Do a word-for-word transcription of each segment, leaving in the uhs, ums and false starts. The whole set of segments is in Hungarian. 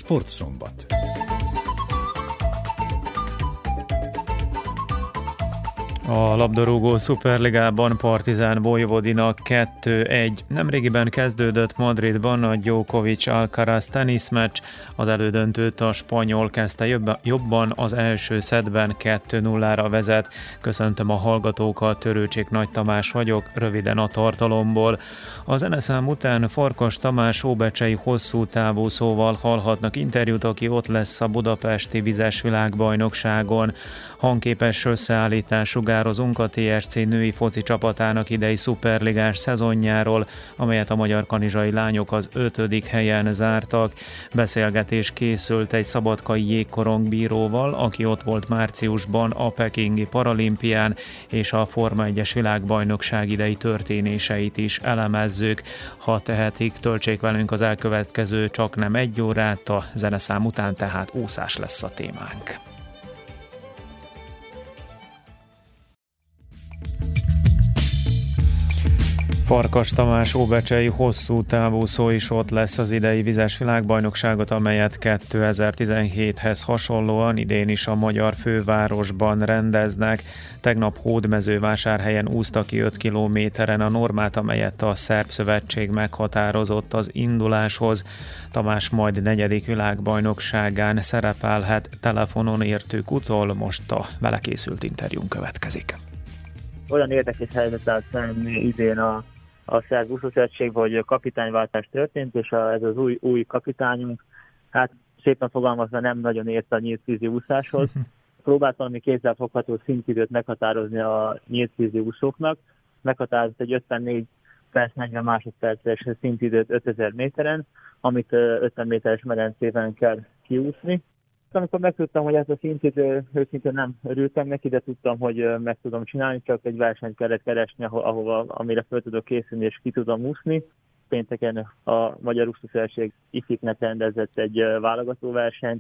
Sportszombat. A labdarúgó szuperligában Partizán Vojvodina kettő egy. Nemrégiben kezdődött Madridban a Djokovic-Alcaraz teniszmeccs. Az elődöntőt a spanyol kezdte jobban, az első szettben kettő nullára vezet. Köszöntöm a hallgatókat, Törőcsik Nagy Tamás vagyok, röviden a tartalomból. A zeneszám után Farkas Tamás óbecsei hosszú távú szóval hallhatnak interjút, aki ott lesz a budapesti vizes világbajnokságon. Hangképes összeállítás sugározunk a té es cé női foci csapatának idei szuperligás szezonjáról, amelyet a magyar kanizsai lányok az ötödik helyen zártak. Beszélgetés készült egy szabadkai jégkorongbíróval, aki ott volt márciusban a pekingi paralimpián, és a Forma egyes világbajnokság idei történéseit is elemezzük. Ha tehetik, töltsék velünk az elkövetkező csak nem egy órát, a zeneszám után tehát úszás lesz a témánk. Farkas Tamás óbecsei hosszú távúszó is ott lesz az idei vizes világbajnokságot, amelyet kétezer-tizenhéthez hasonlóan idén is a magyar fővárosban rendeznek. Tegnap Hódmezővásárhelyen úszta ki öt kilométeren a normát, amelyet a Szerb Szövetség meghatározott az induláshoz. Tamás majd negyedik világbajnokságán szerepelhet. Telefonon értük utol, most a vele készült interjún következik. Olyan érdekes helyzet állt szemben idén a, a Szerb úszószövetségben, hogy kapitányváltás történt, és a, ez az új, új kapitányunk, hát szépen fogalmazva nem nagyon ért a nyíltvízi úszáshoz. Próbált valami kézzelfogható szintidőt meghatározni a nyíltvízi úszóknak. Meghatározott egy ötvennégy perc negyven másodperces szintidőt ötezer méteren, amit ötven méteres medencében kell kiúszni. Amikor megtudtam, hogy ezt a szintidő, őszintén nem örültem neki, de tudtam, hogy meg tudom csinálni, csak egy versenyt kellett keresni, ahova, amire fel tudok készülni és ki tudom úszni. Pénteken a Magyar Úszószövetség ifiknek rendezett egy válogatóversenyt,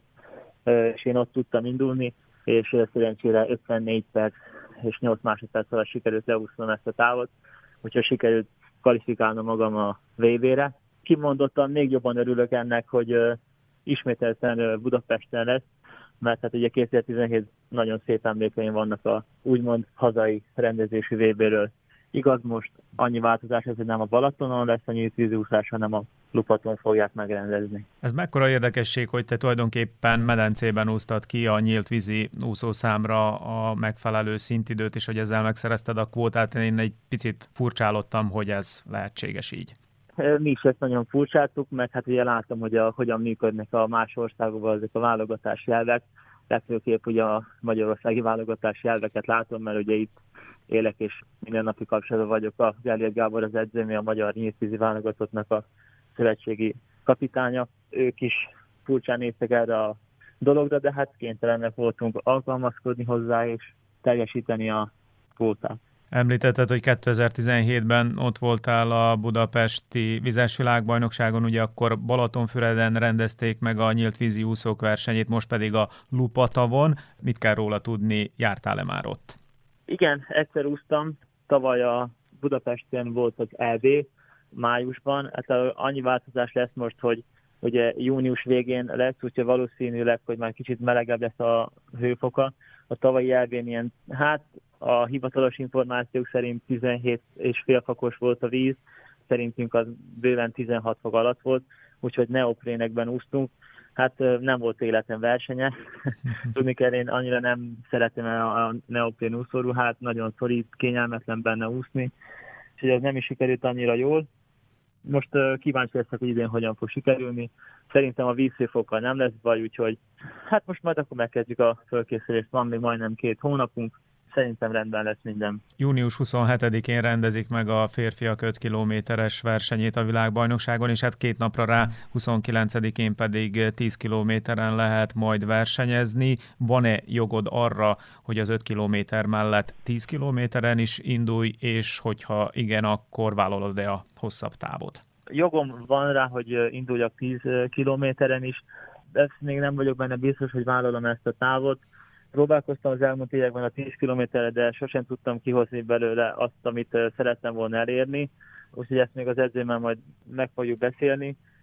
és én ott tudtam indulni, és szerencsére ötvennégy perc és nyolc másodperc alatt sikerült leúsznom ezt a távot, úgyhogy sikerült kvalifikálnom magam a vé bé-re. Kimondottan még jobban örülök ennek, hogy ismételten Budapesten lesz, mert hát ugye kétezer-tizenhét nagyon szép emlékeim vannak a úgymond hazai rendezésű vé bé-ről. Igaz, most annyi változás ez, hogy nem a Balatonon lesz a nyíltvízi úszás, hanem a Lupaton fogják megrendezni. Ez mekkora érdekesség, hogy te tulajdonképpen medencében úsztad ki a nyíltvízi úszószámra a megfelelő szintidőt, és hogy ezzel megszerezted a kvótát. Én egy picit furcsálottam, hogy ez lehetséges így. Mi is ezt nagyon furcsáltuk, mert hát ugye látom, hogy a, hogyan működnek a más országokban ezek a válogatási elvek. Legfőképp ugye a magyarországi válogatási elveket látom, mert ugye itt élek és mindennapi kapcsolatban vagyok. A Gellért Gábor az edzőm, a magyar nyíltvízi válogatottnak a szövetségi kapitánya. Ők is furcsán néztek erre a dologra, de hát kénytelenek voltunk alkalmazkodni hozzá és teljesíteni a kvótát. Említetted, hogy kétezer-tizenhétben ott voltál a budapesti vizes világbajnokságon, ugye akkor Balatonfüreden rendezték meg a nyíltvízi úszók versenyét, most pedig a Lupatavon. Mit kell róla tudni, jártál-e már ott? Igen, egyszer úsztam, tavaly a Budapesten volt az é bé májusban, hát annyi változás lesz most, hogy ugye június végén lesz, úgyhogy valószínűleg, hogy már kicsit melegebb lesz a hőfoka. A tavalyi é bén ilyen, hát a hivatalos információk szerint tizenhét és fél fokos volt a víz, szerintünk az bőven tizenhat fok alatt volt, úgyhogy neoprénekben úsztunk. Hát nem volt életem versenye. Tudni kell, én annyira nem szeretem a neoprén úszóruhát, nagyon szorít, kényelmetlen benne úszni, úgyhogy ez nem is sikerült annyira jól. Most kíváncsi leszek, hogy idén hogyan fog sikerülni. Szerintem a vízhőfokkal nem lesz baj, úgyhogy hát most majd akkor megkezdjük a fölkészülést, van még majdnem két hónapunk. Szerintem rendben lesz minden. június huszonhetedikén rendezik meg a férfiak öt kilométeres versenyét a világbajnokságon, és hát két napra rá, huszonkilencedikén pedig tíz kilométeren lehet majd versenyezni. Van-e jogod arra, hogy az öt kilométer mellett tíz kilométeren is indulj, és hogyha igen, akkor vállalod-e a hosszabb távot? Jogom van rá, hogy induljak tíz kilométeren is. Ezt még nem vagyok benne biztos, hogy vállalom ezt a távot. Próbálkoztam az elmúlt években a tíz kilométerre, de sosem tudtam kihozni belőle azt, amit szerettem volna elérni. Úgyhogy ezt még az edzőmmel majd meg fogjuk beszélni.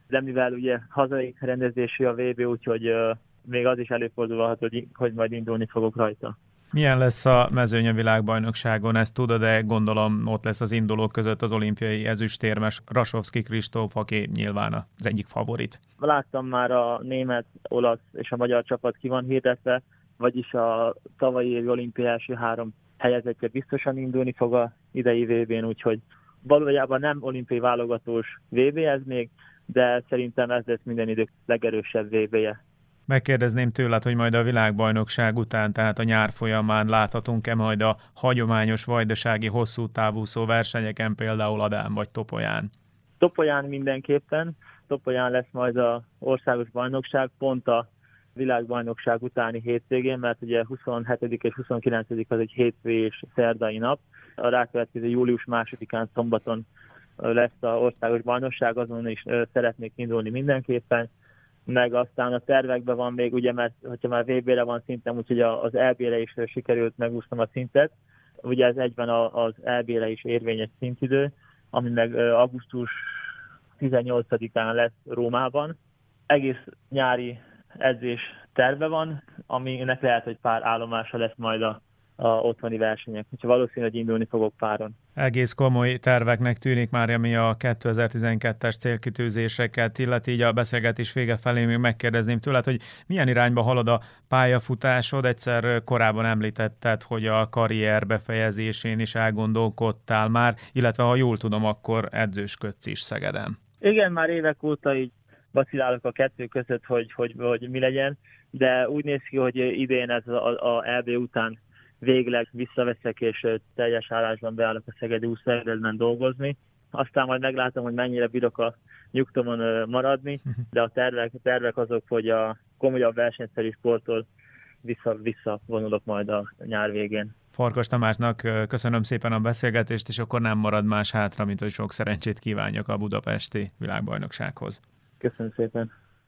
de mivel ugye hazai rendezésű a vé bé, úgyhogy uh, még az is előfordulhat, hogy, hogy majd indulni fogok rajta. Milyen lesz a mezőny a világbajnokságon, ezt tudod, de gondolom ott lesz az indulók között az olimpiai ezüstérmes Rasovszky Kristóf, aki nyilván az egyik favorit. Láttam már a német, olasz és a magyar csapat ki van hirdetve, vagyis a tavalyi évi olimpiai első három helyezettje biztosan indulni fog a idei vé bén, úgyhogy valójában nem olimpiai válogatós vé bé ez még, de szerintem ez lesz minden idők legerősebb vé béje. Megkérdezném tőled, hogy majd a világbajnokság után, tehát a nyár folyamán láthatunk-e majd a hagyományos vajdasági hosszú távúszó versenyeken, például Adán vagy Topolyán? Topolyán mindenképpen. Topolyán lesz majd az országos bajnokság, pont a világbajnokság utáni hétvégén, mert ugye huszonhetedik és huszonkilencedik az egy hétfő és szerdai nap. A rákövetkező július másodikán szombaton lesz az országos bajnokság, azon is szeretnék indulni mindenképpen. Meg aztán a tervekben van még, ugye, mert hogyha már vé bére van szintem, úgyhogy az é bé-re is sikerült megúsznom a szintet. Ugye ez egyben az é bé-re is érvényes szintidő, ami meg augusztus tizennyolcadikán lesz Rómában. Egész nyári edzés terve van, aminek lehet, hogy pár állomása lesz majd a, a otthoni versenyek. Úgyhogy valószínű, hogy indulni fogok páron. Egész komoly terveknek tűnik már, ami a kétezer-tizenkettes célkitűzéseket illeti, így a beszélgetés vége felé még megkérdezném tőled, hogy milyen irányba halad a pályafutásod. Egyszer korábban említetted, hogy a karrier befejezésén is elgondolkodtál már, illetve ha jól tudom, akkor edzősködsz is Szegeden. Igen, már évek óta így vacilálok a kettő között, hogy, hogy, hogy mi legyen, de úgy néz ki, hogy idén ez a, a é bé után végleg visszaveszek, és teljes állásban beállok a Szegedi úszóegyletben dolgozni. Aztán majd meglátom, hogy mennyire bírok a nyugtomon maradni, de a tervek, a tervek azok, hogy a komolyabb versenyszerű sporttól vissza, visszavonulok majd a nyár végén. Farkas Tamásnak köszönöm szépen a beszélgetést, és akkor nem marad más hátra, mint hogy sok szerencsét kívánjak a budapesti világbajnoksághoz. Köszönöm szépen.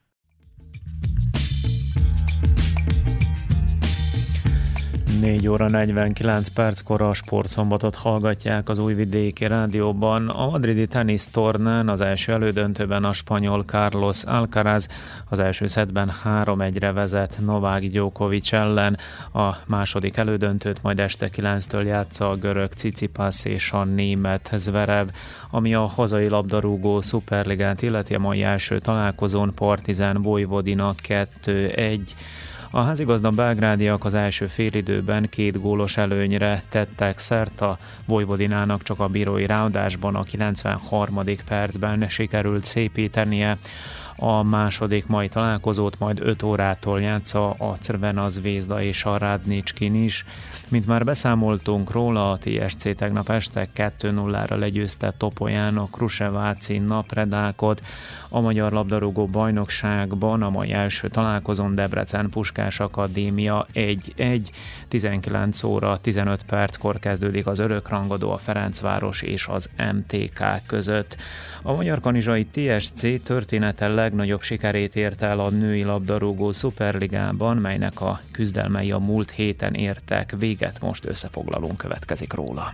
négy óra negyvenkilenc perckor a Sportszombatot hallgatják az Újvidéki Rádióban. A madridi tenisztornán az első elődöntőben a spanyol Carlos Alcaraz az első szettben három egyre vezet Novák Djokovic ellen. A második elődöntőt majd este kilenctől játsza a görög Tsitsipas és a német Zverev. Ami a hazai labdarúgó szuperligát illeti, a mai első találkozón Partizán Vojvodina kettő egy. A házigazda belgrádiak az első félidőben két gólos előnyre tettek szert, a Vojvodinának csak a bírói ráadásban a kilencvenharmadik percben sikerült szépítenie. A második mai találkozót majd öt órától játsza a Crvena Zvezda és a Radničkin is. Mint már beszámoltunk róla, a té es cé tegnap este kettő nullára legyőzte Topolyán a Kruševáci Napredákot. A magyar labdarúgó bajnokságban a mai első találkozón Debrecen Puskás Akadémia egy egy, tizenkilenc óra tizenöt perckor kezdődik az örökrangadó a Ferencváros és az em té ká között. A magyar kanizsai té es cé története legnagyobb sikerét érte el a női labdarúgó szuperligában, melynek a küzdelmei a múlt héten értek véget, most összefoglalón következik róla.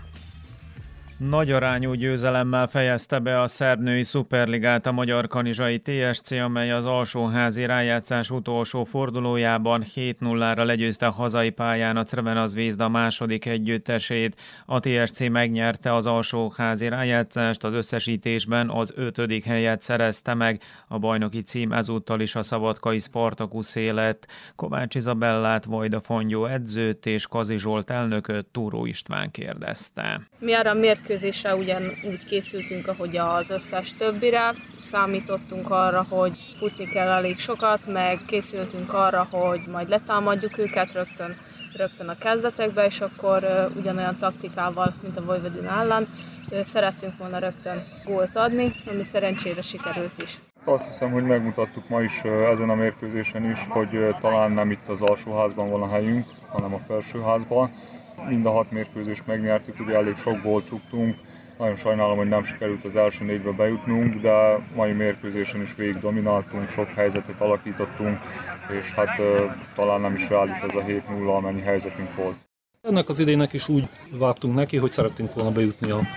Nagy arányú győzelemmel fejezte be a szerb-női szuperligát a magyar kanizsai té es cé, amely az alsóházi rájátszás utolsó fordulójában hét nullára legyőzte a hazai pályán a Crvena Zvezda második együttesét. A té es cé megnyerte az alsóházi rájátszást, az összesítésben az ötödik helyet szerezte meg. A bajnoki cím ezúttal is a szabadkai Spartakuszé lett. Kovács Izabellát, Vajda Fangyó edzőt és Kazi Zsolt elnököt Túró István kérdezte. Mi arra mérkőzésre ugyanúgy készültünk, ahogy az összes többire. Számítottunk arra, hogy futni kell elég sokat, meg készültünk arra, hogy majd letámadjuk őket rögtön, rögtön a kezdetekbe, és akkor uh, ugyanolyan taktikával, mint a Vojvodina ellen, uh, szerettünk volna rögtön gólt adni, ami szerencsére sikerült is. Azt hiszem, hogy megmutattuk ma is ezen a mérkőzésen is, hogy talán nem itt az alsóházban van a helyünk, hanem a felsőházban. Mind a hat mérkőzést megnyertük, ugye elég sok gólt rúgtunk. Nagyon sajnálom, hogy nem sikerült az első négybe bejutnunk, de mai mérkőzésen is végig domináltunk, sok helyzetet alakítottunk, és hát uh, talán nem is reális az a hét nulla, amennyi helyzetünk volt. Ennek az idének is úgy vágtunk neki, hogy szerettünk volna bejutni a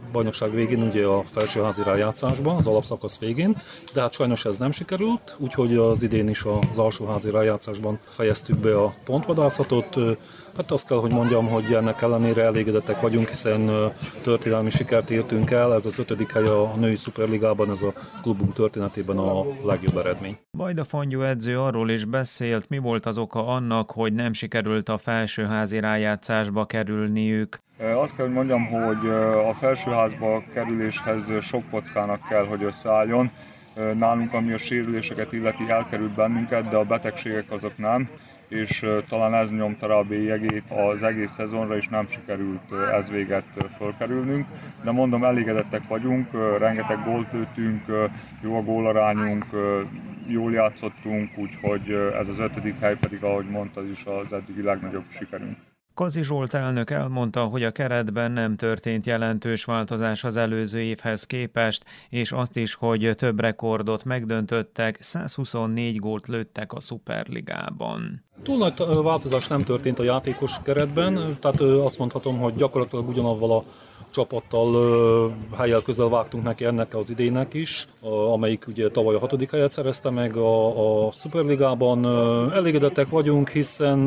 bajnokság végén, ugye a felsőházi rájátszásban, az alapszakasz végén, de hát sajnos ez nem sikerült, úgyhogy az idén is az alsóházi rájátszásban fejeztük be a pontvadászatot. Hát azt kell, hogy mondjam, hogy ennek ellenére elégedettek vagyunk, hiszen történelmi sikert értünk el, ez az ötödik hely a női szuperligában, ez a klubunk történetében a legjobb eredmény. Vajda Fangyú edző arról is beszélt, mi volt az oka annak, hogy nem sikerült a felsőházi rájátszásba kerülniük. Azt kell, hogy mondjam, hogy a felsőházba kerüléshez sok kockának kell, hogy összeálljon. Nálunk, ami a sérüléseket illeti, elkerült bennünket, de a betegségek azok nem, és talán ez nyomta rá a bélyegét az egész szezonra, és nem sikerült ez véget fölkerülnünk. De mondom, elégedettek vagyunk, rengeteg gólt lőttünk, jó a gólarányunk, jól játszottunk, úgyhogy ez az ötödik hely pedig, ahogy mondtad is, az eddigi legnagyobb sikerünk. Kazi Zsolt elnök elmondta, hogy a keretben nem történt jelentős változás az előző évhez képest, és azt is, hogy több rekordot megdöntöttek, százhuszonnégy gólt lőttek a szuperligában. Túl nagy változás nem történt a játékos keretben, tehát azt mondhatom, hogy gyakorlatilag ugyanavval a csapattal helyel közel vágtunk neki ennek az idénnek is, amelyik ugye tavaly a hatodik helyet szerezte meg a, a szuperligában. Elégedettek vagyunk, hiszen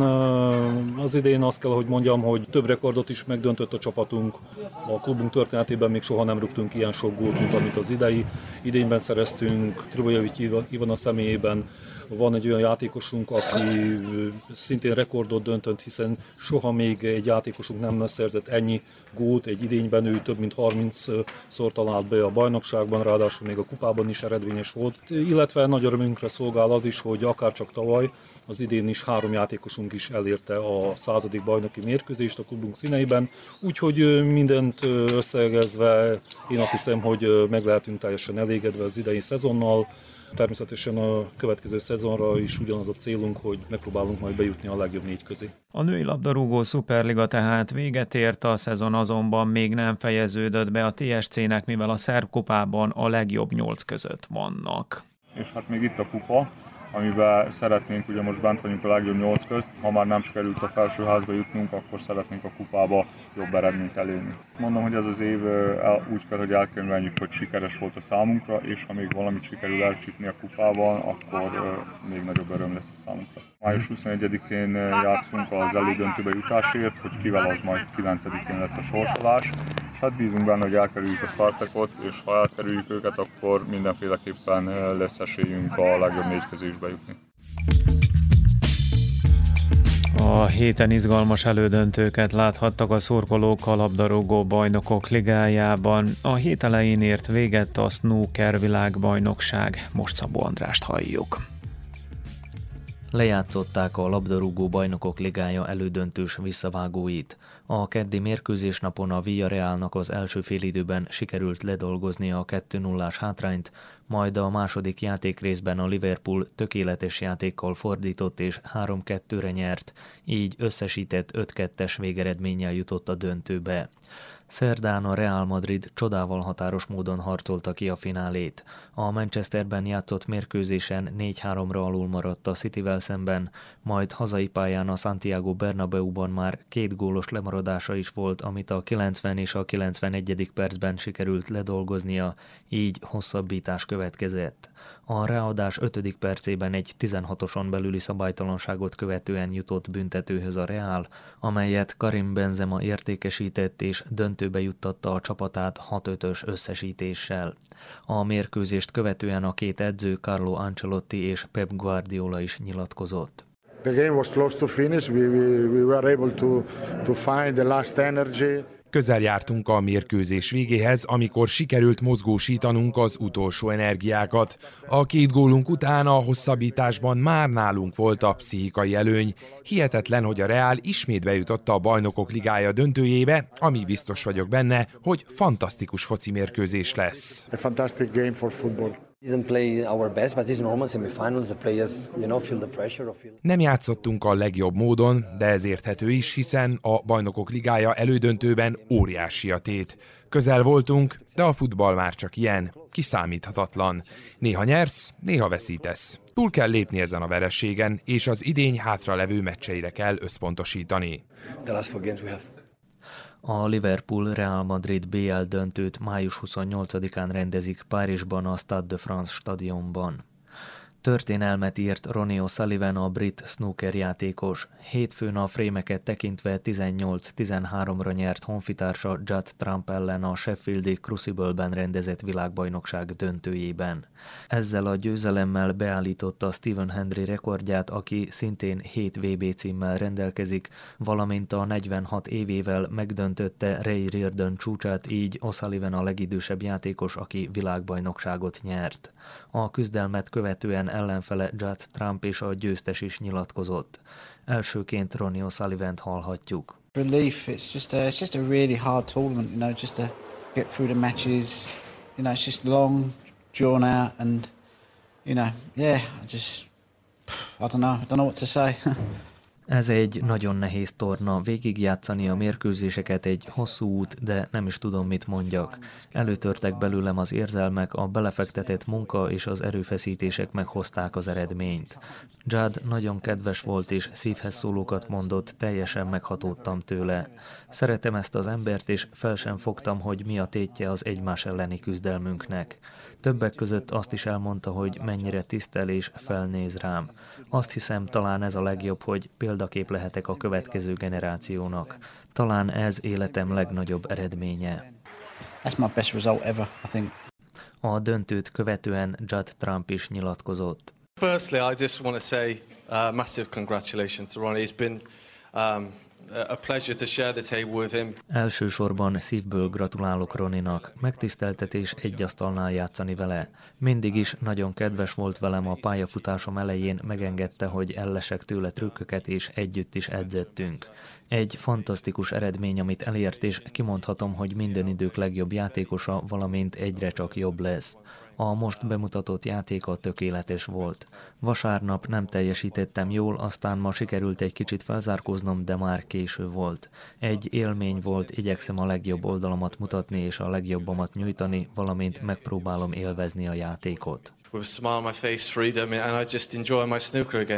az idén azt kell, hogy mondjam, hogy több rekordot is megdöntött a csapatunk. A klubunk történetében még soha nem rúgtunk ilyen sok gólt, mint amit az idei idényben szereztünk. Trubojevics Ivana személyében van egy olyan játékosunk, aki szintén rekordot döntött, hiszen soha még egy játékosunk nem szerzett ennyi gólt egy idényben, ő több mint harmincszor talált be a bajnokságban, ráadásul még a kupában is eredményes volt. Illetve nagy örömünkre szolgál az is, hogy akárcsak tavaly, az idén is három játékosunk is elérte a századik bajnoki mérkőzést a klubunk színeiben, úgyhogy mindent összegezve én azt hiszem, hogy meg lehetünk teljesen elégedve az idei szezonnal. Természetesen a következő szezonra is ugyanaz a célunk, hogy megpróbálunk majd bejutni a legjobb négy közé. A női labdarúgó szuperliga tehát véget ért, a szezon azonban még nem fejeződött be a té es cének, mivel a szerb kupában a legjobb nyolc között vannak. És hát még itt a kupa, amiben szeretnénk, ugye most bent vagyunk a legjobb nyolc közt, ha már nem sikerült a felsőházba jutnunk, akkor szeretnénk a kupába jobb eredményt elérni. Mondom, hogy ez az év úgy kell, hogy elkönyveljük, hogy sikeres volt a számunkra, és ha még valamit sikerül elcsípni a kupában, akkor még nagyobb öröm lesz a számunkra. május huszonegyedikén játszunk az elődöntőbe jutásért, hogy kivel az majd kilencedikén lesz a sorsolás. És hát bízunk benne, hogy elkerüljük a Spartakot, és ha elkerüljük őket, akkor mindenféleképpen lesz esélyünk a legjobb négy közé is bejutni. A héten izgalmas elődöntőket láthattak a szurkolók a labdarúgó bajnokok ligájában. A hét elején ért véget a snooker világbajnokság. Most Szabó Andrást halljuk. Lejátszották a labdarúgó bajnokok ligája elődöntős visszavágóit. A keddi mérkőzés napon a Villarrealnak az első félidőben sikerült ledolgozni a kettő nullás hátrányt, majd a második játékrészben a Liverpool tökéletes játékkal fordított és három kettőre nyert, így összesített öt kettes végeredménnyel jutott a döntőbe. Szerdán a Real Madrid csodával határos módon harcolta ki a finálét. A Manchesterben játszott mérkőzésen négy háromra alul maradt a Cityvel szemben, majd hazai pályán a Santiago Bernabeuban már két gólos lemaradása is volt, amit a kilencven és a kilencvenegyedik percben sikerült ledolgoznia, így hosszabbítás következett. A ráadás ötödik percében egy tizenhatoson belüli szabálytalanságot követően jutott büntetőhöz a Real, amelyet Karim Benzema értékesített és döntőbe juttatta a csapatát hat ötös összesítéssel. A mérkőzést követően a két edző Carlo Ancelotti és Pep Guardiola is nyilatkozott. The game was close to finish. We, we, we were able to, to find the last energy. Közel jártunk a mérkőzés végéhez, amikor sikerült mozgósítanunk az utolsó energiákat. A két gólunk után a hosszabbításban már nálunk volt a pszichikai előny. Hihetetlen, hogy a Real ismét bejutott a Bajnokok Ligája döntőjébe, ami biztos vagyok benne, hogy fantasztikus foci mérkőzés lesz. A fantastic game for football. Nem játszottunk a legjobb módon, de ez érthető is, hiszen a Bajnokok Ligája elődöntőben óriási a tét. Közel voltunk, de a futball már csak ilyen, kiszámíthatatlan. Néha nyersz, néha veszítesz. Túl kell lépni ezen a vereségen, és az idény hátra levő meccseire kell összpontosítani. A Liverpool-Real Madrid bé el döntőt május huszonnyolcadikán rendezik Párizsban a Stade de France stadionban. Történelmet írt Ronnie O'Sullivan, a brit snooker játékos. Hétfőn a frémeket tekintve tizennyolc tizenháromra nyert honfitársa Judd Trump ellen a Sheffieldi Crucible-ben rendezett világbajnokság döntőjében. Ezzel a győzelemmel beállította Stephen Hendry rekordját, aki szintén hét vé bé címmel rendelkezik, valamint a negyvenhat évével megdöntötte Ray Reardon csúcsát, így O'Sullivan a legidősebb játékos, aki világbajnokságot nyert. A küzdelmet követően ellenfele Judd Trump és a győztes is nyilatkozott. Elsőként Ronnie O'Sullivant hallhatjuk. Relief, it's just a, it's just a really hard tournament, you know, just to get through the matches, you know, it's just long, drawn out, and, you know, yeah, I just, I don't know, I don't know what to say. Ez egy nagyon nehéz torna, végigjátszani a mérkőzéseket egy hosszú út, de nem is tudom, mit mondjak. Előtörtek belőlem az érzelmek, a belefektetett munka és az erőfeszítések meghozták az eredményt. Judd nagyon kedves volt és szívhez szólókat mondott, teljesen meghatódtam tőle. Szeretem ezt az embert, és fel sem fogtam, hogy mi a tétje az egymás elleni küzdelmünknek. Többek között azt is elmondta, hogy mennyire tisztel és felnéz rám. Azt hiszem, talán ez a legjobb, hogy példakép lehetek a következő generációnak. Talán ez életem legnagyobb eredménye. That's my best result ever, I think. A döntőt követően Judd Trump is nyilatkozott. Firstly, I just want to say uh, massive congratulations to Ronnie. It's been um, a pleasure to share the table with him. Elsősorban szívből gratulálok Ronnie-nak. Megtiszteltetés egy asztalnál játszani vele. Mindig is nagyon kedves volt velem, a pályafutásom elején megengedte, hogy ellesek tőle trükköket, és együtt is edzettünk. Egy fantasztikus eredmény, amit elért, és kimondhatom, hogy minden idők legjobb játékosa, valamint egyre csak jobb lesz. A most bemutatott játéka tökéletes volt. Vasárnap nem teljesítettem jól, aztán ma sikerült egy kicsit felzárkóznom, de már késő volt. Egy élmény volt, igyekszem a legjobb oldalamat mutatni és a legjobbamat nyújtani, valamint megpróbálom élvezni a játékot. With a smile on my face, freedom, and I just enjoy my snooker again.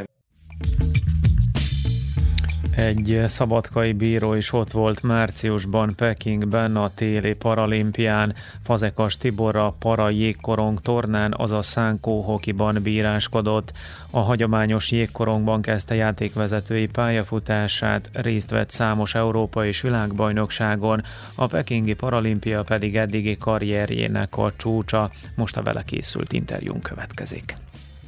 Egy szabadkai bíró is ott volt márciusban Pekingben a téli paralimpián. Fazekas Tibor a para jégkorong tornán, azaz szánkó hokiban bíráskodott. A hagyományos jégkorongban kezdte játékvezetői pályafutását, részt vett számos Európa és világbajnokságon, a pekingi paralimpia pedig eddigi karrierjének a csúcsa. Most a vele készült interjún következik.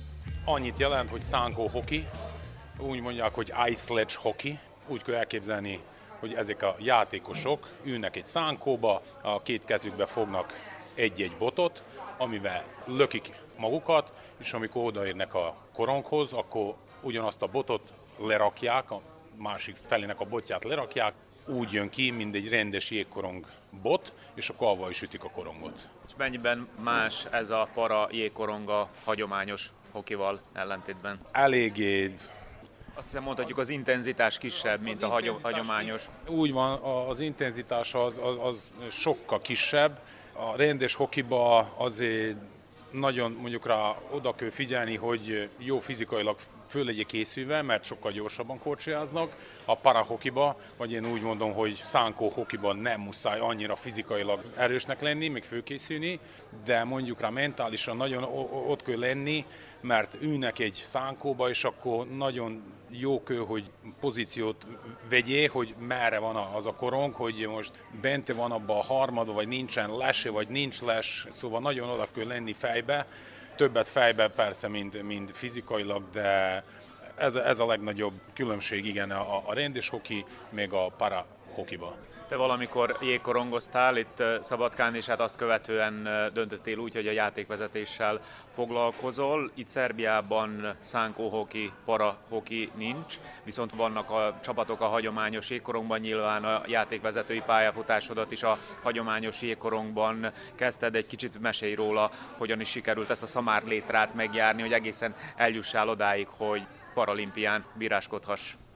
Annyit jelent, hogy szánkó hoki, úgy mondják, hogy ice sledge hockey. Úgy kell elképzelni, hogy ezek a játékosok ülnek egy szánkóba, a két kezükbe fognak egy-egy botot, amivel lökik magukat, és amikor odaérnek a koronghoz, akkor ugyanazt a botot lerakják, a másik felének a botját lerakják, úgy jön ki, mint egy rendes jégkorong bot, és akkor avval is ütik a korongot. És mennyiben más ez a para jégkorong a hagyományos hokival ellentétben? Eléggé. Azt hiszem, mondhatjuk, az intenzitás kisebb, mint a hagy- hagyományos. Úgy van, az intenzitás az, az, az sokkal kisebb. A rendes hokiba azért nagyon mondjuk rá oda kell figyelni, hogy jó fizikailag föl legyen készülve, mert sokkal gyorsabban korcsolyáznak. A parahokiba, vagy én úgy mondom, hogy szánkó hokiban nem muszáj annyira fizikailag erősnek lenni, még fölkészülni, de mondjuk rá mentálisan nagyon ott kell lenni, mert ülnek egy szánkóba, és akkor nagyon jó kő, hogy pozíciót vegyé, hogy merre van az a korong, hogy most bent van abban a harmadban, vagy nincsen lese, vagy nincs les, szóval nagyon oda kell lenni fejbe. Többet fejbe persze, mint, mint fizikailag, de ez, ez a legnagyobb különbség, igen, a, a rendes hoki, még a para hokiba. Te valamikor jégkorongoztál itt Szabadkán, és hát azt követően döntöttél úgy, hogy a játékvezetéssel foglalkozol. Itt Szerbiában szánkó hoki, para hoki nincs, viszont vannak a csapatok a hagyományos jégkorongban, nyilván a játékvezetői pályafutásodat is a hagyományos jégkorongban kezdted. Egy kicsit mesélj róla, hogyan is sikerült ezt a szamár létrát megjárni, hogy egészen eljussál odáig, hogy paralimpián bíráskodhass.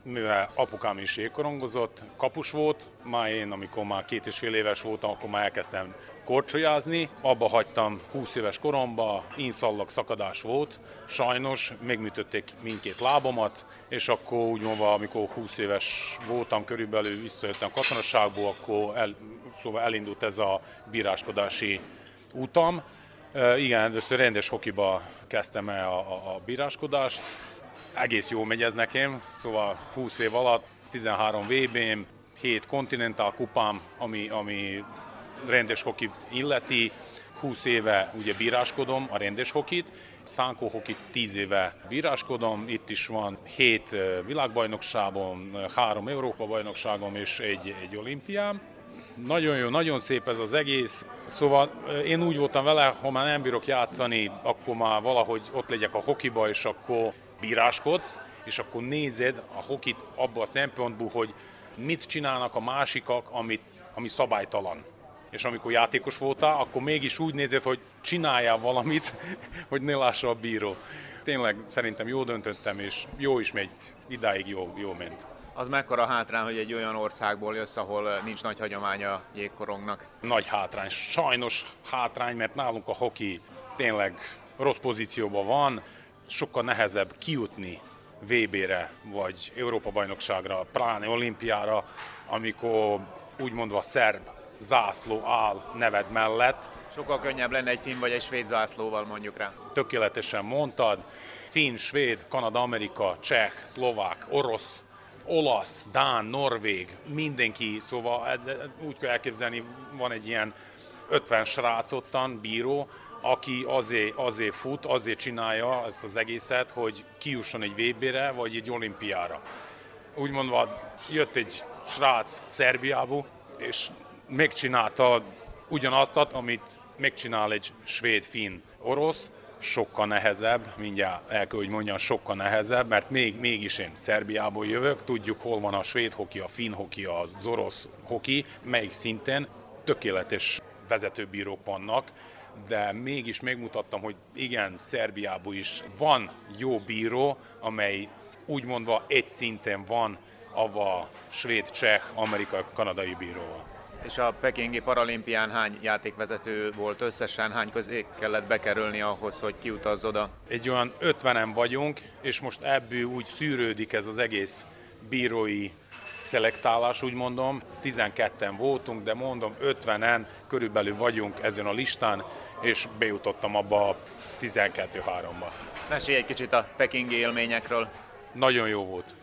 mivel apukám is jégkorongozott, kapus volt, már én, amikor már két és fél éves voltam, akkor már elkezdtem korcsolyázni. Abba hagytam húsz éves koromban, inszallag szakadás volt, sajnos megműtötték mindkét lábamat, és akkor úgy mondva, amikor húsz éves voltam, körülbelül visszajöttem katonaságból, akkor el, szóval elindult ez a bíráskodási utam. E, igen, először rendes hokiba kezdtem el a, a, a bíráskodást. Egész jó megy ez nekem, szóval húsz év alatt tizenhárom vé bém, hét kontinentál kupám, ami, ami rendes hokit illeti, húsz éve ugye bíráskodom a rendes hokit, szánkó hokit tíz éve bíráskodom, itt is van hét világbajnokságom, három Európa bajnokságom és egy, egy olimpiám. Nagyon jó, nagyon szép ez az egész, szóval én úgy voltam vele, ha már nem bírok játszani, akkor már valahogy ott legyek a hokiba, és akkor bíráskodsz, és akkor nézed a hokit abban a szempontból, hogy mit csinálnak a másikak, amit, ami szabálytalan. És amikor játékos voltál, akkor mégis úgy nézed, hogy csináljál valamit, hogy ne lássa a bíró. Tényleg szerintem jó döntöttem, és jó is megy, idáig jó, jó ment. Az mekkora hátrány, hogy egy olyan országból jössz, ahol nincs nagy hagyománya jégkorongnak? Nagy hátrány, sajnos hátrány, mert nálunk a hoki tényleg rossz pozícióban van, sokkal nehezebb kijutni vé bére, vagy Európa-bajnokságra, pláne olimpiára, amikor úgymondva szerb zászló áll neved mellett. Sokkal könnyebb lenne egy finn vagy egy svéd zászlóval, mondjuk rá. Tökéletesen mondtad. Finn, svéd, Kanada, Amerika, cseh, szlovák, orosz, olasz, dán, norvég, mindenki, szóval ez, úgy kell elképzelni, van egy ilyen ötven srác ottan, bíró, aki azért, azért fut, azért csinálja ezt az egészet, hogy kijusson egy vé bére vagy egy olimpiára. Úgy mondva, jött egy srác Szerbiából, és megcsinálta ugyanazt, amit megcsinál egy svéd, finn, orosz, sokkal nehezebb, mindjárt el kell, hogy mondjam, sokkal nehezebb, mert még, mégis én Szerbiából jövök, tudjuk, hol van a svéd hoki, a finn hoki, az orosz hoki, melyik szinten tökéletes vezetőbírók vannak, de mégis megmutattam, hogy igen, Szerbiából is van jó bíró, amely úgymondva egy szinten van avva a svéd, cseh, amerikai, kanadai bíróval. És a pekingi paralimpián hány játékvezető volt összesen, hány közé kellett bekerülni ahhoz, hogy kiutazz oda? Egy olyan ötvenen vagyunk, és most ebből úgy szűrődik ez az egész bírói szelektálás, úgy mondom. tizenketten voltunk, de mondom, ötvenen körülbelül vagyunk ezen a listán, és bejutottam abba a tizenkettő háromba. Mesélj egy kicsit a pekingi élményekről. Nagyon jó volt.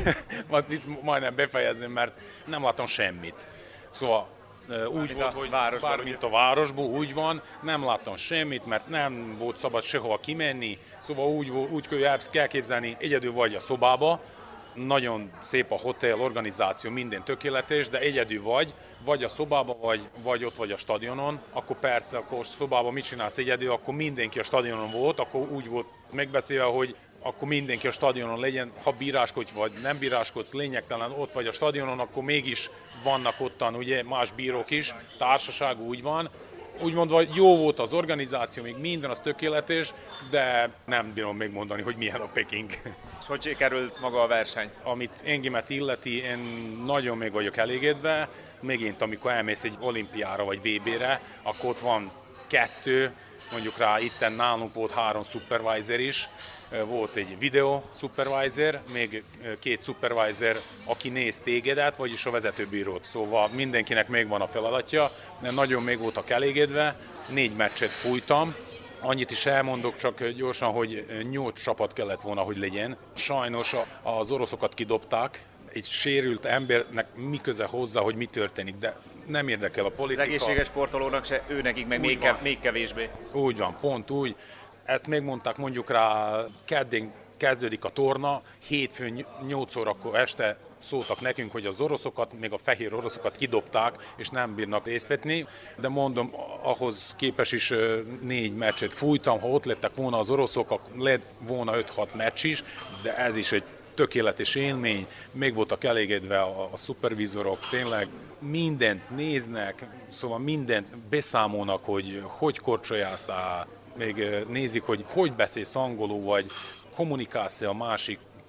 Majdnem befejezném, mert nem látom semmit. Szóval úgy mint volt, hogy bár, mint a városból, úgy van, nem láttam semmit, mert nem volt szabad sehova kimenni, szóval úgy, úgy kell képzelni, egyedül vagy a szobába, nagyon szép a hotel, organizáció, minden tökéletes, de egyedül vagy, vagy a szobába, vagy, vagy ott vagy a stadionon, akkor persze, akkor szobában mit csinálsz egyedül, akkor mindenki a stadionon volt, akkor úgy volt megbeszélve, hogy akkor mindenki a stadionon legyen, ha bíráskodj vagy nem bíráskodsz, lényegtelen ott vagy a stadionon, akkor mégis vannak ottan ugye más bírók is, társaság úgy van. Úgy mondva, jó volt az organizáció, még minden az tökéletes, de nem bírom megmondani, hogy milyen a Peking. És hogy sikerült maga a verseny? Amit engemet illeti, én nagyon meg vagyok elégedve. Megint, amikor elmész egy olimpiára vagy vé bére, akkor ott van kettő, mondjuk rá itten nálunk volt három supervisor is, volt egy videó supervisor, még két supervisor, aki néz tégedet, vagyis a vezetőbírót. Szóval mindenkinek megvan a feladatja, de nagyon meg voltak elégedve, négy meccset fújtam. Annyit is elmondok csak gyorsan, hogy nyolc csapat kellett volna, hogy legyen. Sajnos az oroszokat kidobták, egy sérült embernek mi köze hozzá, hogy mi történik, de nem érdekel a politika. Az egészséges sportolónak se, ő nekik meg még, kev, még kevésbé. Úgy van, pont úgy. Ezt megmondták, mondjuk rá, keddén kezdődik a torna, hétfőn nyolc órakor este szóltak nekünk, hogy az oroszokat, még a fehér oroszokat kidobták, és nem bírnak részt venni, de mondom, ahhoz képes is négy meccset fújtam, ha ott lettek volna az oroszok, akkor lett volna öt-hat meccs is, de ez is egy tökéletes élmény, még voltak elégedve a, a szupervizorok, tényleg mindent néznek, szóval mindent beszámolnak, hogy hogy korcsolyáztál, még nézik, hogy hogy beszélsz angolul, vagy kommunikálsz a másik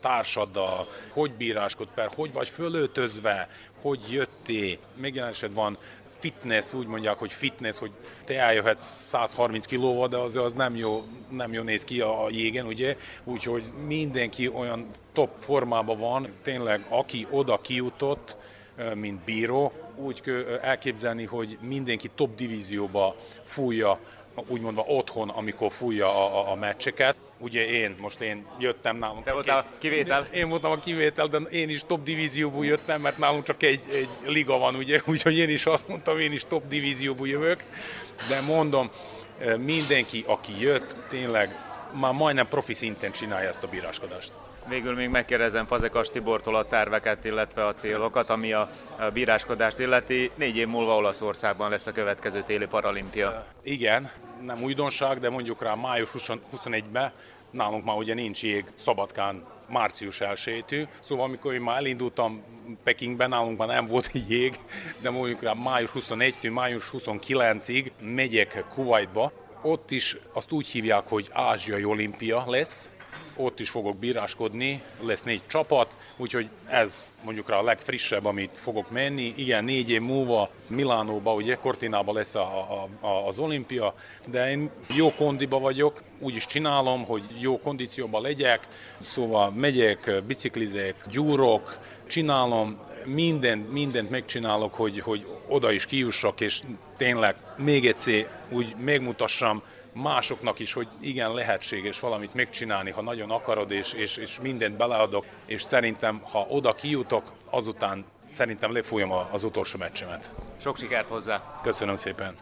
társaddal, hogy bíráskodsz per, hogy vagy fölöltözve, hogy jöttél, megjelenésed van, fitness, úgy mondják, hogy fitness, hogy te eljöhetsz száz harminc kilóval, de az, az nem, jó, nem jó néz ki a jégen, ugye? Úgyhogy mindenki olyan top formában van, tényleg aki oda kijutott, mint bíró, úgy kell elképzelni, hogy mindenki top divízióba fújja, úgymondva otthon, amikor fújja a, a, a meccseket. Ugye én, most én jöttem nálunk. Te voltál a kivétel? Én voltam a kivétel, de én is top divízióból jöttem, mert nálunk csak egy, egy liga van, ugye, úgyhogy én is azt mondtam, én is top divízióból jövök. De mondom, mindenki, aki jött, tényleg már majdnem profi szinten csinálja ezt a bíráskodást. Végül még megkérdezem Fazekas Tibortól a terveket, illetve a célokat, ami a bíráskodást illeti. Négy év múlva Olaszországban lesz a következő téli paralimpia. Igen, nem újdonság, de mondjuk rá május huszonegyediken, nálunk már ugye nincs jég Szabadkán március elsejétől, szóval amikor én már elindultam Pekingben, nálunk már nem volt jég, de mondjuk rá május huszonegyedikétől május huszonkilencedikéig megyek Kuwaitba. Ott is azt úgy hívják, hogy Ázsiai olimpia lesz, ott is fogok bíráskodni, lesz négy csapat, úgyhogy ez mondjuk rá a legfrissebb, amit fogok menni. Igen, négy év múlva Milánóba, ugye Cortinában lesz a, a, a, az olimpia, de én jó kondiba vagyok, úgy is csinálom, hogy jó kondícióban legyek, szóval megyek, biciklizek, gyúrok, csinálom, mindent, mindent megcsinálok, hogy, hogy oda is kijussak, és tényleg még egyszer úgy megmutassam másoknak is, hogy igen, lehetséges valamit megcsinálni, ha nagyon akarod, és, és, és mindent beleadok, és szerintem, ha oda kijutok, azután szerintem lefújom az utolsó meccsemet. Sok sikert hozzá! Köszönöm szépen!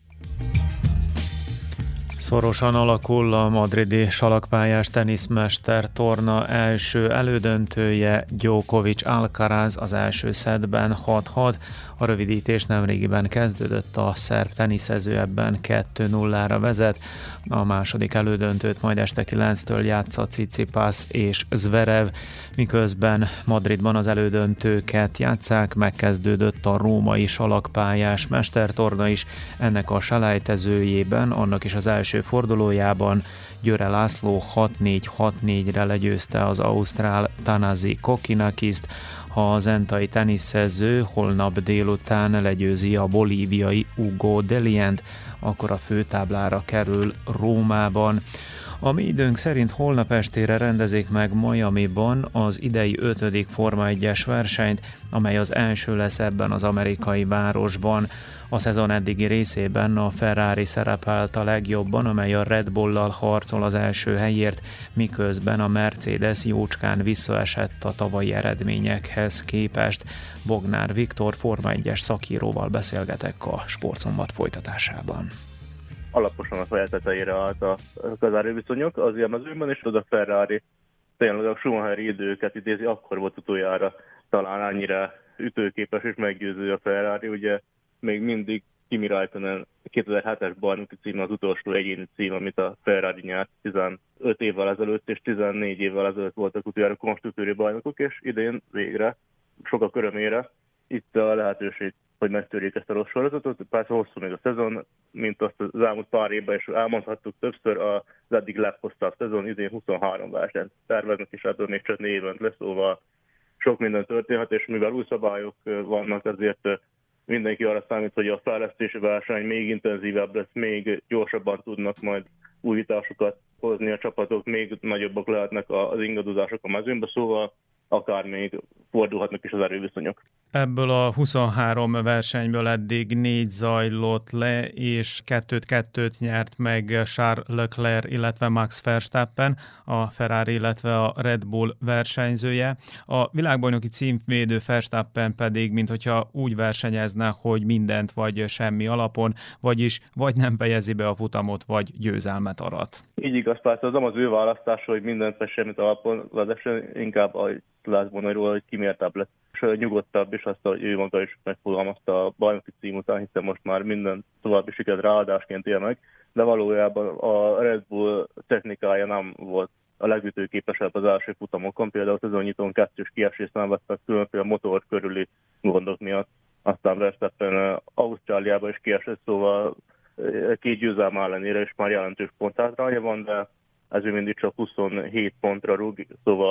Szorosan alakul a madridi salakpályás teniszmester torna első elődöntője. Djokovic Alcaraz az első szettben hat hat. A rövidítés nemrégiben kezdődött, a szerb teniszező ebben kettő nullára vezet. A második elődöntőt majd este kilenctől játsza Tsitsipas és Zverev, miközben Madridban az elődöntőket játsszák. Megkezdődött a római salakpályás mestertorna is, ennek a selejtezőjében, annak is az első fordulójában Győre László hat négy hat négyre legyőzte az ausztrál Tanazi Kokinakist. Ha az entai teniszező holnap délután legyőzi a bolíviai Hugo Delient, akkor a főtáblára kerül Rómában. A mi időnk szerint holnap estére rendezik meg Miamiban az idei ötödik Forma egyes versenyt, amely az első lesz ebben az amerikai városban. A szezon eddigi részében a Ferrari szerepelt a legjobban, amely a Red Bull-lal harcol az első helyért, miközben a Mercedes jócskán visszaesett a tavalyi eredményekhez képest. Bognár Viktor Forma egyes szakíróval beszélgetek a Sportszombat folytatásában. Alaposan a feje tetejére állt a közárőviszonyok az ilyen mezőben, és az a Ferrari tényleg a Schumacheri időket idézi, akkor volt utoljára talán annyira ütőképes és meggyőző a Ferrari, ugye még mindig Kimi Räikkönen kétezer-hetes bajnoki cím az utolsó egyéni cím, amit a Ferrari nyert tizenöt évvel ezelőtt és tizennégy évvel ezelőtt voltak utoljára konstruktőri bajnokok, és idén végre, sokak örömére itt a lehetőség, hogy megtörjék ezt a rossz sorozatot. Persze hosszú még a szezon, mint azt az elmúlt pár évben is elmondhattuk többször, az eddig leghosszabb szezon, idén huszonhárom versenyt terveznek, és ebből még csak négy évent lesz, szóval sok minden történhet, és mivel új szabályok vannak, ezért mindenki arra számít, hogy a fejlesztési verseny még intenzívebb lesz, még gyorsabban tudnak majd újításokat hozni a csapatok, még nagyobbak lehetnek az ingadozások a mezőnbe, szóval akár még fordulhatnak is az erőviszonyok. Ebből a huszonhárom versenyből eddig négy zajlott le, és kettőt kettőt nyert meg Charles Leclerc, illetve Max Verstappen, a Ferrari, illetve a Red Bull versenyzője. A világbajnoki címvédő Verstappen pedig, minthogyha úgy versenyezne, hogy mindent vagy semmi alapon, vagyis vagy nem fejezi be a futamot, vagy győzelmet arat. Így igaz, persze az nem az ő választása, hogy mindent vagy semmit alapon vezessen, inkább ahogy lehet mondani róla, hogy kimértebb lett, és nyugodtabb, és azt, hogy ő maga is megfogalmazta a bajnoki cím után, hiszen most már minden további sikert ráadásként él meg, de valójában a Red Bull technikája nem volt a legütőképesebb az első futamokon, például szezonnyitón kettős kiesést szenvedtek különféle motor körüli gondok miatt, aztán Verstappen Ausztráliában is kiesett, szóval két győzelem ellenére is már jelentős pontátránya van, de ez mindig csak huszonhét pontra rúg, szóval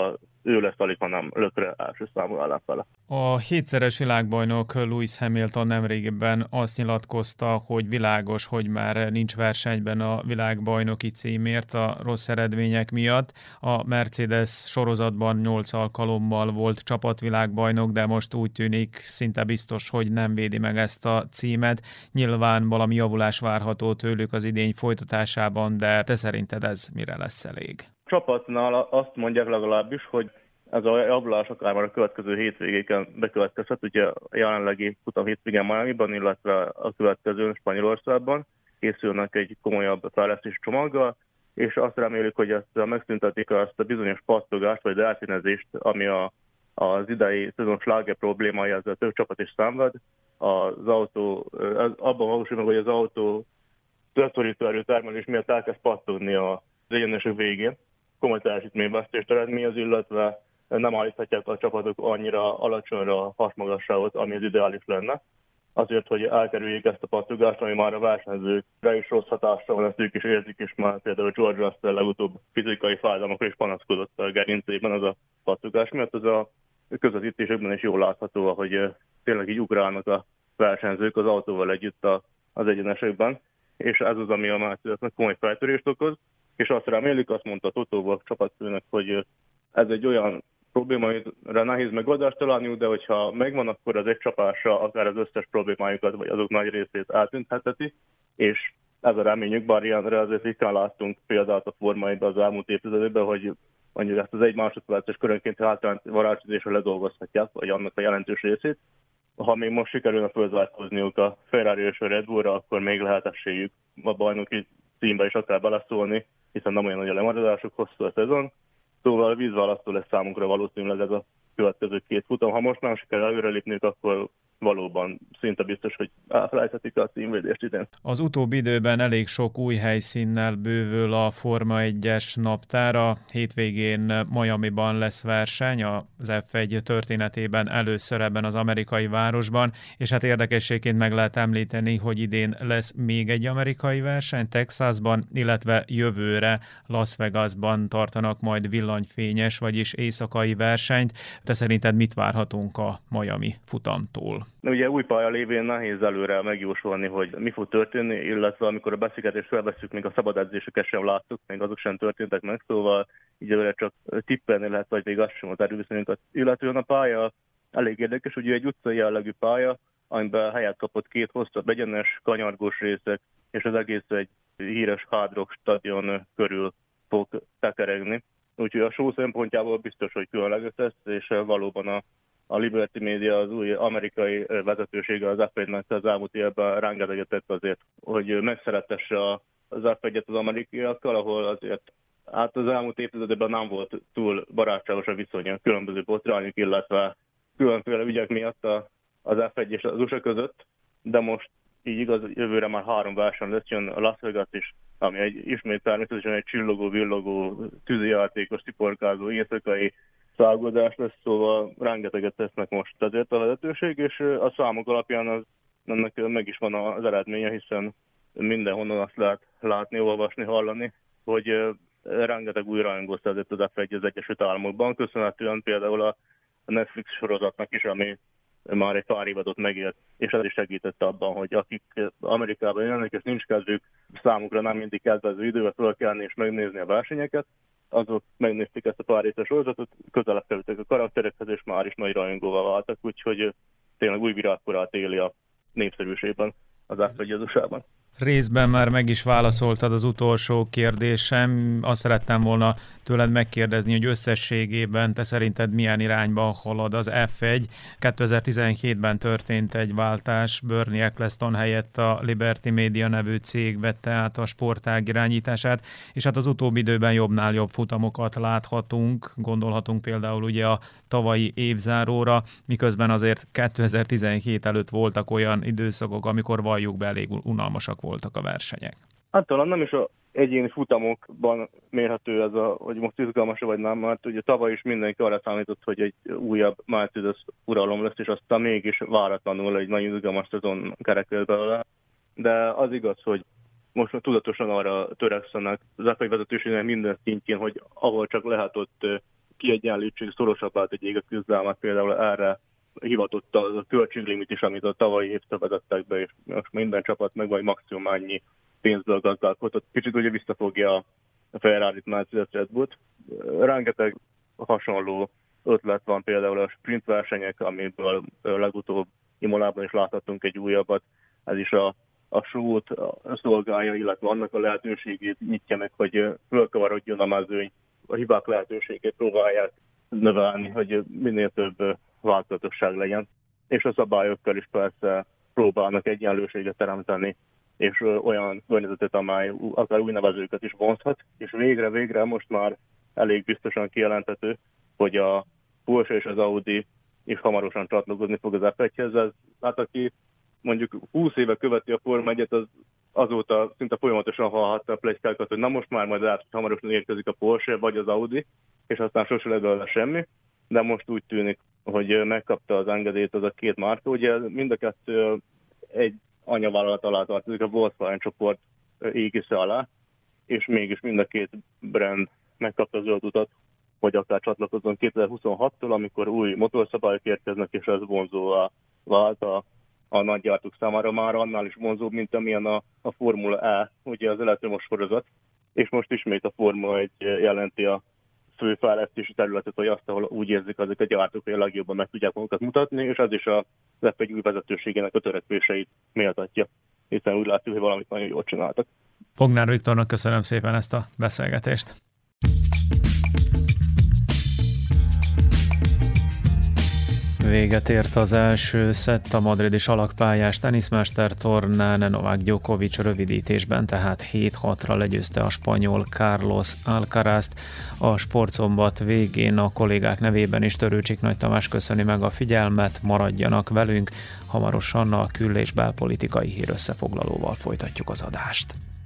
ő lesz alig, hanem Leclerc első számú ellenfele. A hétszeres világbajnok Lewis Hamilton nemrégiben azt nyilatkozta, hogy világos, hogy már nincs versenyben a világbajnoki címért a rossz eredmények miatt. A Mercedes sorozatban nyolc alkalommal volt csapatvilágbajnok, de most úgy tűnik szinte biztos, hogy nem védi meg ezt a címet. Nyilván valami javulás várható tőlük az idény folytatásában, de te szerinted ez mire lesz elég? Csapatnál azt mondják legalábbis, hogy ez a javulás akár már a következő hétvégéken bekövetkezhet, ugye a jelenlegi futam hétvégén Miamiban, illetve a következő Spanyolországban készülnek egy komolyabb fejlesztési csomaggal, és azt remélik, hogy ezt megszüntetik azt a bizonyos pattogást vagy delfinezést, ami a, az idei szezon sláger problémája, ezzel több csapat is szenved. Az autó, abban valósul meg, hogy az autó többszorító erőtermelés miatt elkezd pattogni az egyenesek végén. Komoly teljesítményvesztést eredményez, illetve nem állíthatják a csapatok annyira alacsonyra a hasmagasságot, ami az ideális lenne. Azért, hogy elkerüljék ezt a pattogást, ami már a versenyzőkre is rossz hatással van, ezt ők is érzik, és már például George Russell legutóbb fizikai fájdalmakra is panaszkodott a gerincében az a pattogás miatt. Ez a közvetítésekben is jól látható, hogy tényleg így ugrálnak a versenyzők az autóval együtt az egyenesekben, és ez az, ami a Mercedesnek komoly fejtörést okoz, és azt remélik, azt mondta Totó csapatfőnek, hogy ez egy olyan probléma, amire nehéz megoldást találniuk, de hogyha megvan, akkor az egy csapásra akár az összes problémájukat, vagy azok nagy részét eltűnthetheti, és ez a reményük, bár ilyenre azért ritkán láttunk példát a Forma egyben az elmúlt évtizedekben, hogy mondjuk ezt az egy másodperces körönkénti hátrányt varázsütésre ledolgozhatják, vagy annak a jelentős részét. Ha még most sikerülne fölzárkózniuk a Ferrari és a Red Bullra, akkor még lehet esélyük a bajnoki címbe is akár beleszólni, hiszen nem olyan nagy a lemaradásuk, hosszú a szezon. Szóval vízválasztó lesz számunkra valószínűleg ez a következő két futam. Ha most nem sikerül előrelépniük, akkor valóban szinte biztos, hogy elfelejthetik a címvédést idén. Az utóbbi időben elég sok új helyszínnel bővül a Forma egyes naptára. Hétvégén Miamiban lesz verseny, az ef egy történetében először ebben az amerikai városban, és hát érdekességként meg lehet említeni, hogy idén lesz még egy amerikai verseny Texasban, illetve jövőre Las Vegasban tartanak majd villanyfényes, vagyis éjszakai versenyt. Te szerinted mit várhatunk a Miami futamtól? Ugye új pálya lévén nehéz előre megjósolni, hogy mi fog történni, illetve amikor a beszélgetést felvesszük, még a szabad edzéseket sem láttuk, még azok sem történtek meg, szóval így előre csak tippelni lehet, vagy még azt sem az erőviszonyokat. Illetően a pálya elég érdekes, ugye egy utcai jellegű pálya, amiben helyet kapott két hosszabb egyenes, kanyargós részek, és az egész egy híres Hard Rock stadion körül fog tekeregni. Úgyhogy a show szempontjából biztos, hogy különleges lesz, és valóban a A Liberty Media, az új amerikai vezetősége az ef egynek az elmúlt évben rengeteget tett azért, hogy megszerettesse az ef egyet az amerikaiakkal, ahol azért hát az elmúlt évtizedben nem volt túl barátságos a viszony a különböző botrányok, illetve különféle ügyek miatt az ef egy és az u es á között, de most így igaz, jövőre már három verseny lesz, jön a Las Vegas is, ami egy ismét természetesen egy csillogó, villogó, tűzijátékos, sziporkázó, éjszakai száguldás lesz, szóval rengeteget tesznek most ezért a vezetőség, és a számok alapján az, ennek meg is van az eredménye, hiszen mindenhonnan azt lehet látni, olvasni, hallani, hogy rengeteg új rajongó szerzett az ef egy az Egyesült Államokban, köszönhetően például a Netflix sorozatnak is, ami már egy pár évadot megélt, és ez is segített abban, hogy akik Amerikában jönnek, és nincs kedvük, számukra nem mindig kedvező idővel fölkelni és megnézni a versenyeket, azok megnézték ezt a pár részes sorozatot, közelebb kerültek a karakterekhez, és már is nagy rajongóval váltak, úgyhogy tényleg új virágkorát éli a népszerűségben az ef egy az u es á-ban. Részben már meg is válaszoltad az utolsó kérdésem. Azt szerettem volna tőled megkérdezni, hogy összességében te szerinted milyen irányba halad az ef egy. kétezer-tizenhétben történt egy váltás, Bernie Eccleston helyett a Liberty Media nevű cég vette át a sportág irányítását, és hát az utóbbi időben jobbnál jobb futamokat láthatunk, gondolhatunk például ugye a tavalyi évzáróra, miközben azért kétezer-tizenhét előtt voltak olyan időszakok, amikor valljuk be elég unalmasak voltak a versenyek. Hát talán nem is az egyéni futamokban mérhető ez, a, hogy most izgalmas vagy nem, mert ugye tavaly is mindenki arra számított, hogy egy újabb Mercedes uralom lesz, és aztán mégis váratlanul egy nagyon izgalmas szezon kerekült belőle. De az igaz, hogy most tudatosan arra törekszenek az ef egy vezetőségnek minden szintjén, hogy ahol csak lehet ott kiegyenlítsék, szorosabbá tegyék a küzdelmet, például erre hivatott a költséglimit is, amit a tavalyi évtől vezettek be, és most minden csapat meg vagy maximum annyi pénzből gazdálkodott. Kicsit ugye visszafogja a Ferrari-t, Mercedes, Red Bullt. Rengeteg hasonló ötlet van, például a sprint versenyek, amiből legutóbb Imolában is láthattunk egy újabbat. Ez is a, a show-t szolgálja, illetve annak a lehetőségét nyitja meg, hogy fölkavarodjon a mezőny. A hibák lehetőségét próbálják növelni, hogy minél több változatosság legyen. És a szabályokkal is persze próbálnak egyenlőséget teremteni, és olyan környezetet, amely akár új nevezőket is vonzhat. És végre-végre most már elég biztosan kijelenthető, hogy a Porsche és az Audi is hamarosan csatlakozni fog az ef egyhez. Ez, hát aki mondjuk húsz éve követi a Forma egyet, az azóta szinte folyamatosan hallhatta a pletykákat, hogy na most már majd át, hamarosan érkezik a Porsche vagy az Audi, és aztán sose lett belőle semmi, de most úgy tűnik, hogy megkapta az engedélyt az a két márka. Ugye mind a kettő egy anyavállalat alá tartozik, a Volkswagen csoport égisze alá, és mégis mind a két brand megkapta a zöld utat, hogy akár csatlakozzon kétezer-huszonhattól, amikor új motorszabályok érkeznek, és ez vonzóvá vált a, a nagygyártók számára, már annál is vonzóbb, mint amilyen a, a Formula E, ugye az elektromos sorozat, és most ismét a Formula egy jelenti a fő fejlesztési területet, hogy azt, ahol úgy érzik azok a gyártók, hogy a legjobban meg tudják magukat mutatni, és ez is a ef egy új vezetőségének a törekvéseit méltatja, hiszen úgy látjuk, hogy valamit nagyon jól csináltak. Bognár Viktornak köszönöm szépen ezt a beszélgetést. Véget ért az első szett a madridi salakpályás teniszmester tornán. Novák Djokovic rövidítésben, tehát hét hatra legyőzte a spanyol Carlos Alcarazt. A sportszombat végén a kollégák nevében is Törőcsik Nagy Tamás köszöni meg a figyelmet, maradjanak velünk, hamarosan a kül- és belpolitikai hírösszefoglalóval folytatjuk az adást.